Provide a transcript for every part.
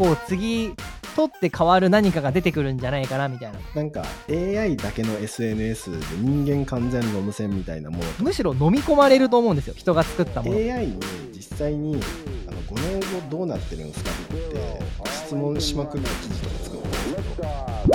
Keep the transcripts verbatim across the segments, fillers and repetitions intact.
構次取って変わる何かが出てくるんじゃないかなみたいな。 なんか エーアイ だけの エスエヌエス で人間完全ロム線みたいなもの、 むしろ飲み込まれると思うんですよ、人が作ったもの。 エーアイ に実際にあのごねんごどうなってるんですかって質問しまくった記事とか作ったんですけど、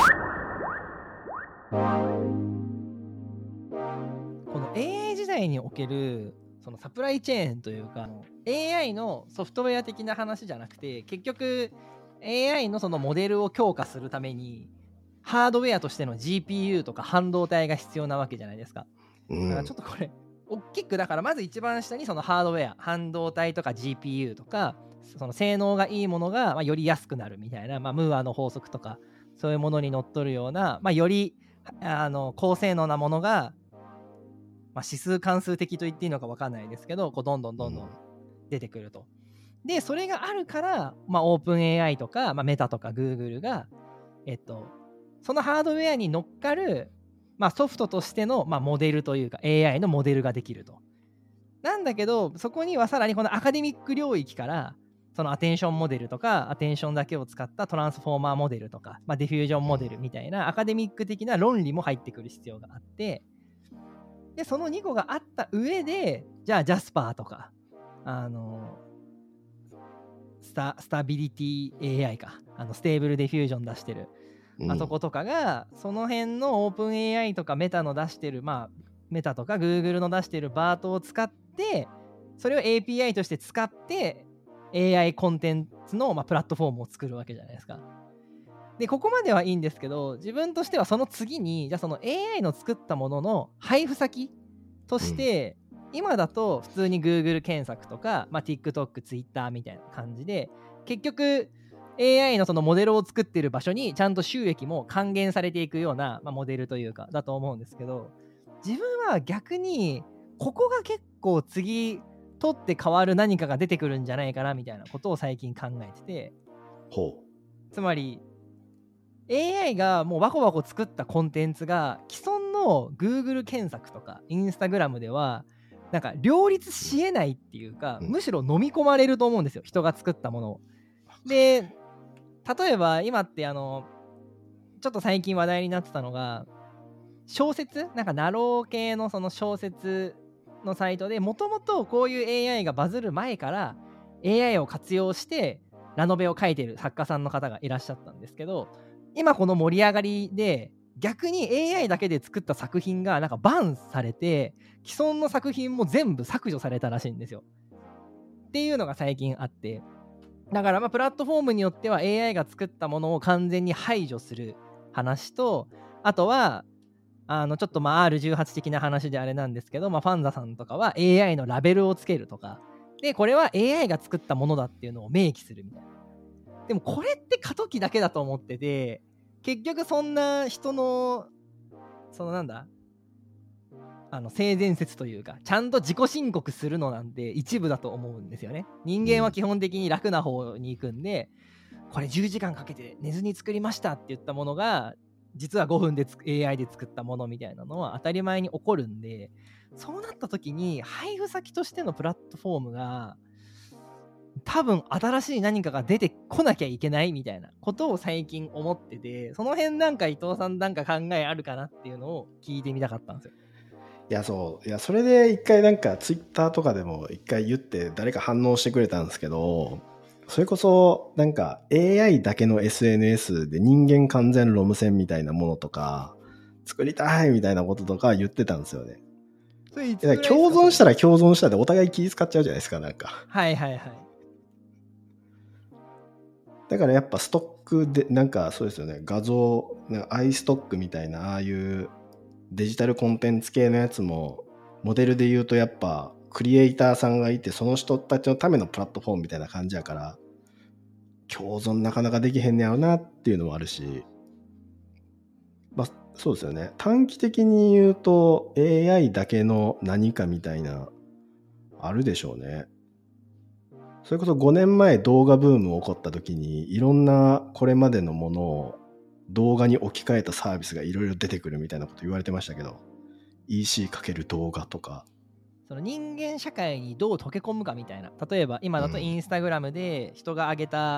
この エーアイ 時代におけるそのサプライチェーンというか エーアイ のソフトウェア的な話じゃなくて、結局 エーアイ のそのモデルを強化するためにハードウェアとしての ジーピーユー とか半導体が必要なわけじゃないですか。だからちょっとこれ大きく、だからまず一番下にそのハードウェア、半導体とか ジーピーユー とかその性能がいいものがまあより安くなるみたいな、まあ、ムーアの法則とかそういうものにのっとるような、まあ、よりあの高性能なものが、まあ、指数関数的と言っていいのか分かんないですけど、こうどんどんどんどん出てくると。でそれがあるから、まあ、オープン エーアイ とか、まあ、メタとか Google が、えっと、そのハードウェアに乗っかる、まあ、ソフトとしての、まあ、モデルというか エーアイ のモデルができると。なんだけどそこにはさらにこのアカデミック領域からそのアテンションモデルとかアテンションだけを使ったトランスフォーマーモデルとか、まあ、ディフュージョンモデルみたいなアカデミック的な論理も入ってくる必要があって、でそのにこがあった上で、じゃあジャスパーとかあのスタ、スタビリティ エーアイ か、あのステーブルディフュージョン出してる、うん、あそことかがその辺のオープン エーアイ とかメタの出してる、まあメタとか Google の出してるバートを使ってそれを エーピーアイ として使って エーアイ コンテンツの、まあ、プラットフォームを作るわけじゃないですか。でここまではいいんですけど、自分としてはその次にじゃあその エーアイ の作ったものの配布先として、うん、今だと普通に Google 検索とか、まあ、TikTok、Twitter みたいな感じで結局 エーアイ のそのモデルを作ってる場所にちゃんと収益も還元されていくような、まあ、モデルというかだと思うんですけど、自分は逆にここが結構次取って変わる何かが出てくるんじゃないかなみたいなことを最近考えてて、 ほうつまり エーアイ がもうバコバコ作ったコンテンツが既存の Google 検索とか Instagram ではなんか両立しえないっていうか、むしろ飲み込まれると思うんですよ、人が作ったものを。で例えば今ってあのちょっと最近話題になってたのが小説、なんかナロー系のその小説のサイトでもともとこういう エーアイ がバズる前から エーアイ を活用してラノベを書いてる作家さんの方がいらっしゃったんですけど、今この盛り上がりで逆に エーアイ だけで作った作品がなんかバンされて既存の作品も全部削除されたらしいんですよっていうのが最近あって、だからまあプラットフォームによっては エーアイ が作ったものを完全に排除する話と、あとはあのちょっとまあ アールじゅうはち 的な話であれなんですけど、まあ、ファンザさんとかは エーアイ のラベルをつけるとかで、これは エーアイ が作ったものだっていうのを明記するみたいな。でもこれって過渡期だけだと思ってて、結局そんな人のそのなんだあの性善説というかちゃんと自己申告するのなんて一部だと思うんですよね。人間は基本的に楽な方に行くんで、これじゅうじかんかけて寝ずに作りましたって言ったものが実はごふんでつ エーアイ で作ったものみたいなのは当たり前に起こるんで、そうなった時に配布先としてのプラットフォームが多分新しい何かが出てこなきゃいけないみたいなことを最近思ってて、その辺なんか伊藤さんなんか考えあるかなっていうのを聞いてみたかったんですよ。 いやそういやそれで一回なんかツイッターとかでも一回言って誰か反応してくれたんですけど、それこそなんか エーアイ だけの エスエヌエス で人間完全ロム線みたいなものとか作りたいみたいなこととか言ってたんですよね。 それいつぐらいですか？ 共存したら共存したでお互い気使っちゃうじゃないですか、なんか。 はいはいはい。 だからやっぱストックでなんかそうですよね、画像なんかアイストックみたいなああいうデジタルコンテンツ系のやつもモデルで言うとやっぱクリエイターさんがいてその人たちのためのプラットフォームみたいな感じやから共存なかなかできへんねやろなっていうのもあるし、まあそうですよね、短期的に言うと エーアイ だけの何かみたいなあるでしょうね。それこそごねんまえ動画ブーム起こった時にいろんなこれまでのものを動画に置き換えたサービスがいろいろ出てくるみたいなこと言われてましたけど、 イーシー かける動画とかその人間社会にどう溶け込むかみたいな、例えば今だとインスタグラムで人が上げた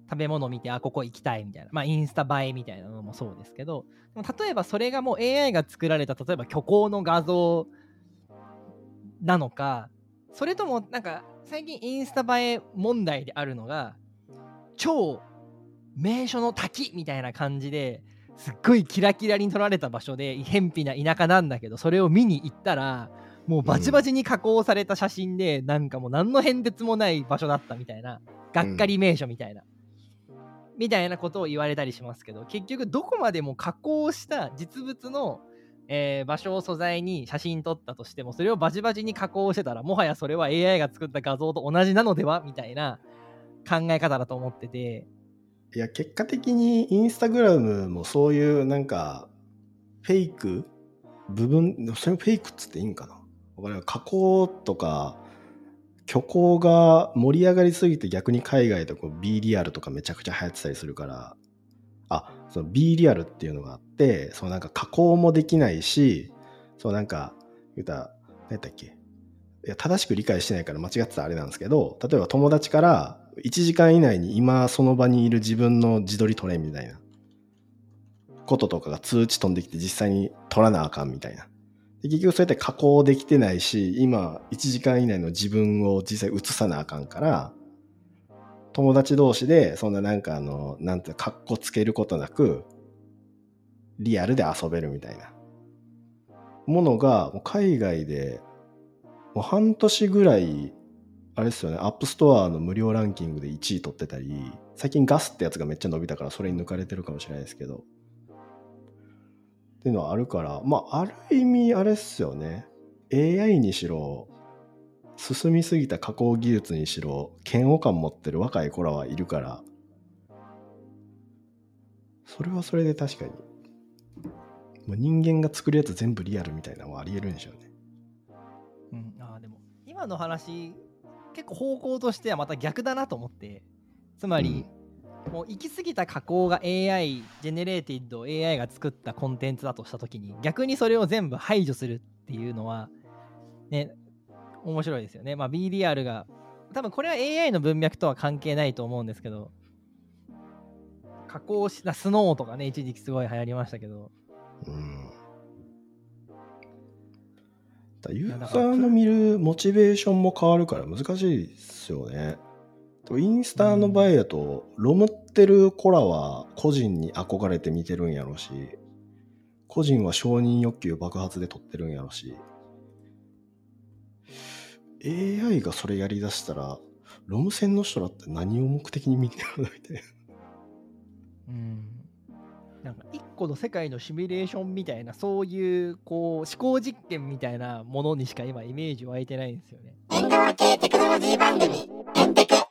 食べ物見てあここ行きたいみたいな、まあインスタ映えみたいなのもそうですけど、でも例えばそれがもう エーアイ が作られた例えば虚構の画像なのか、それともなんか最近インスタ映え問題であるのが超名所の滝みたいな感じですっごいキラキラに撮られた場所で偏僻な田舎なんだけど、それを見に行ったらもうバチバチに加工された写真で、うん、なんかもう何の変哲もない場所だったみたいな、がっかり名所みたいな、うん、みたいなことを言われたりしますけど、結局どこまでも加工した実物の、えー、場所を素材に写真撮ったとしても、それをバチバチに加工してたらもはやそれは エーアイ が作った画像と同じなのではみたいな考え方だと思ってて、 いや結果的にインスタグラムもそういうなんかフェイク部分、それもフェイクっつっていいんかな、加工とか虚構が盛り上がりすぎて逆に海外とこう B リアルとかめちゃくちゃ流行ってたりするから、あ、その B リアルっていうのがあって、そのなんか加工もできないし、そうなんか言うたら何やったっけ、いや正しく理解してないから間違ってたらあれなんですけど、例えば友達からいちじかん以内に今その場にいる自分の自撮り撮れみたいなこととかが通知飛んできて実際に撮らなあかんみたいな。で結局そうやって加工できてないし、今いちじかん以内の自分を実際映さなあかんから、友達同士でそんななんかあのなんてカッコつけることなくリアルで遊べるみたいなものがもう海外でもう半年ぐらいあれですよね、アップストアの無料ランキングでいちい取ってたり、最近ガスってやつがめっちゃ伸びたからそれに抜かれてるかもしれないですけどっていうのはあるから、まあある意味あれっすよね、 エーアイ にしろ進みすぎた加工技術にしろ嫌悪感持ってる若い子らはいるから、それはそれで確かにもう人間が作るやつ全部リアルみたいなのはありえるんでしょうね。 うん、あでも今の話結構方向としてはまた逆だなと思って、つまり、うん、もう行き過ぎた加工が エーアイ ジェネレーティッド エーアイ が作ったコンテンツだとしたときに逆にそれを全部排除するっていうのはね面白いですよね。まあ ビーディーアール が多分これは エーアイ の文脈とは関係ないと思うんですけど、加工したスノーとかね一時期すごい流行りましたけど、うん、 ユーザーの見るモチベーションも変わるから難しいですよね。インスタの場合だと、うん、ロムってる子らは個人に憧れて見てるんやろし、個人は承認欲求爆発で撮ってるんやろし、 エーアイ がそれやりだしたらロム線の人らって何を目的に見てるのみたいな。 うんなんか一個の世界のシミュレーションみたいな、そういうこう思考実験みたいなものにしか今イメージ湧いてないんですよね。電動系テクノロジー番組、テンテク。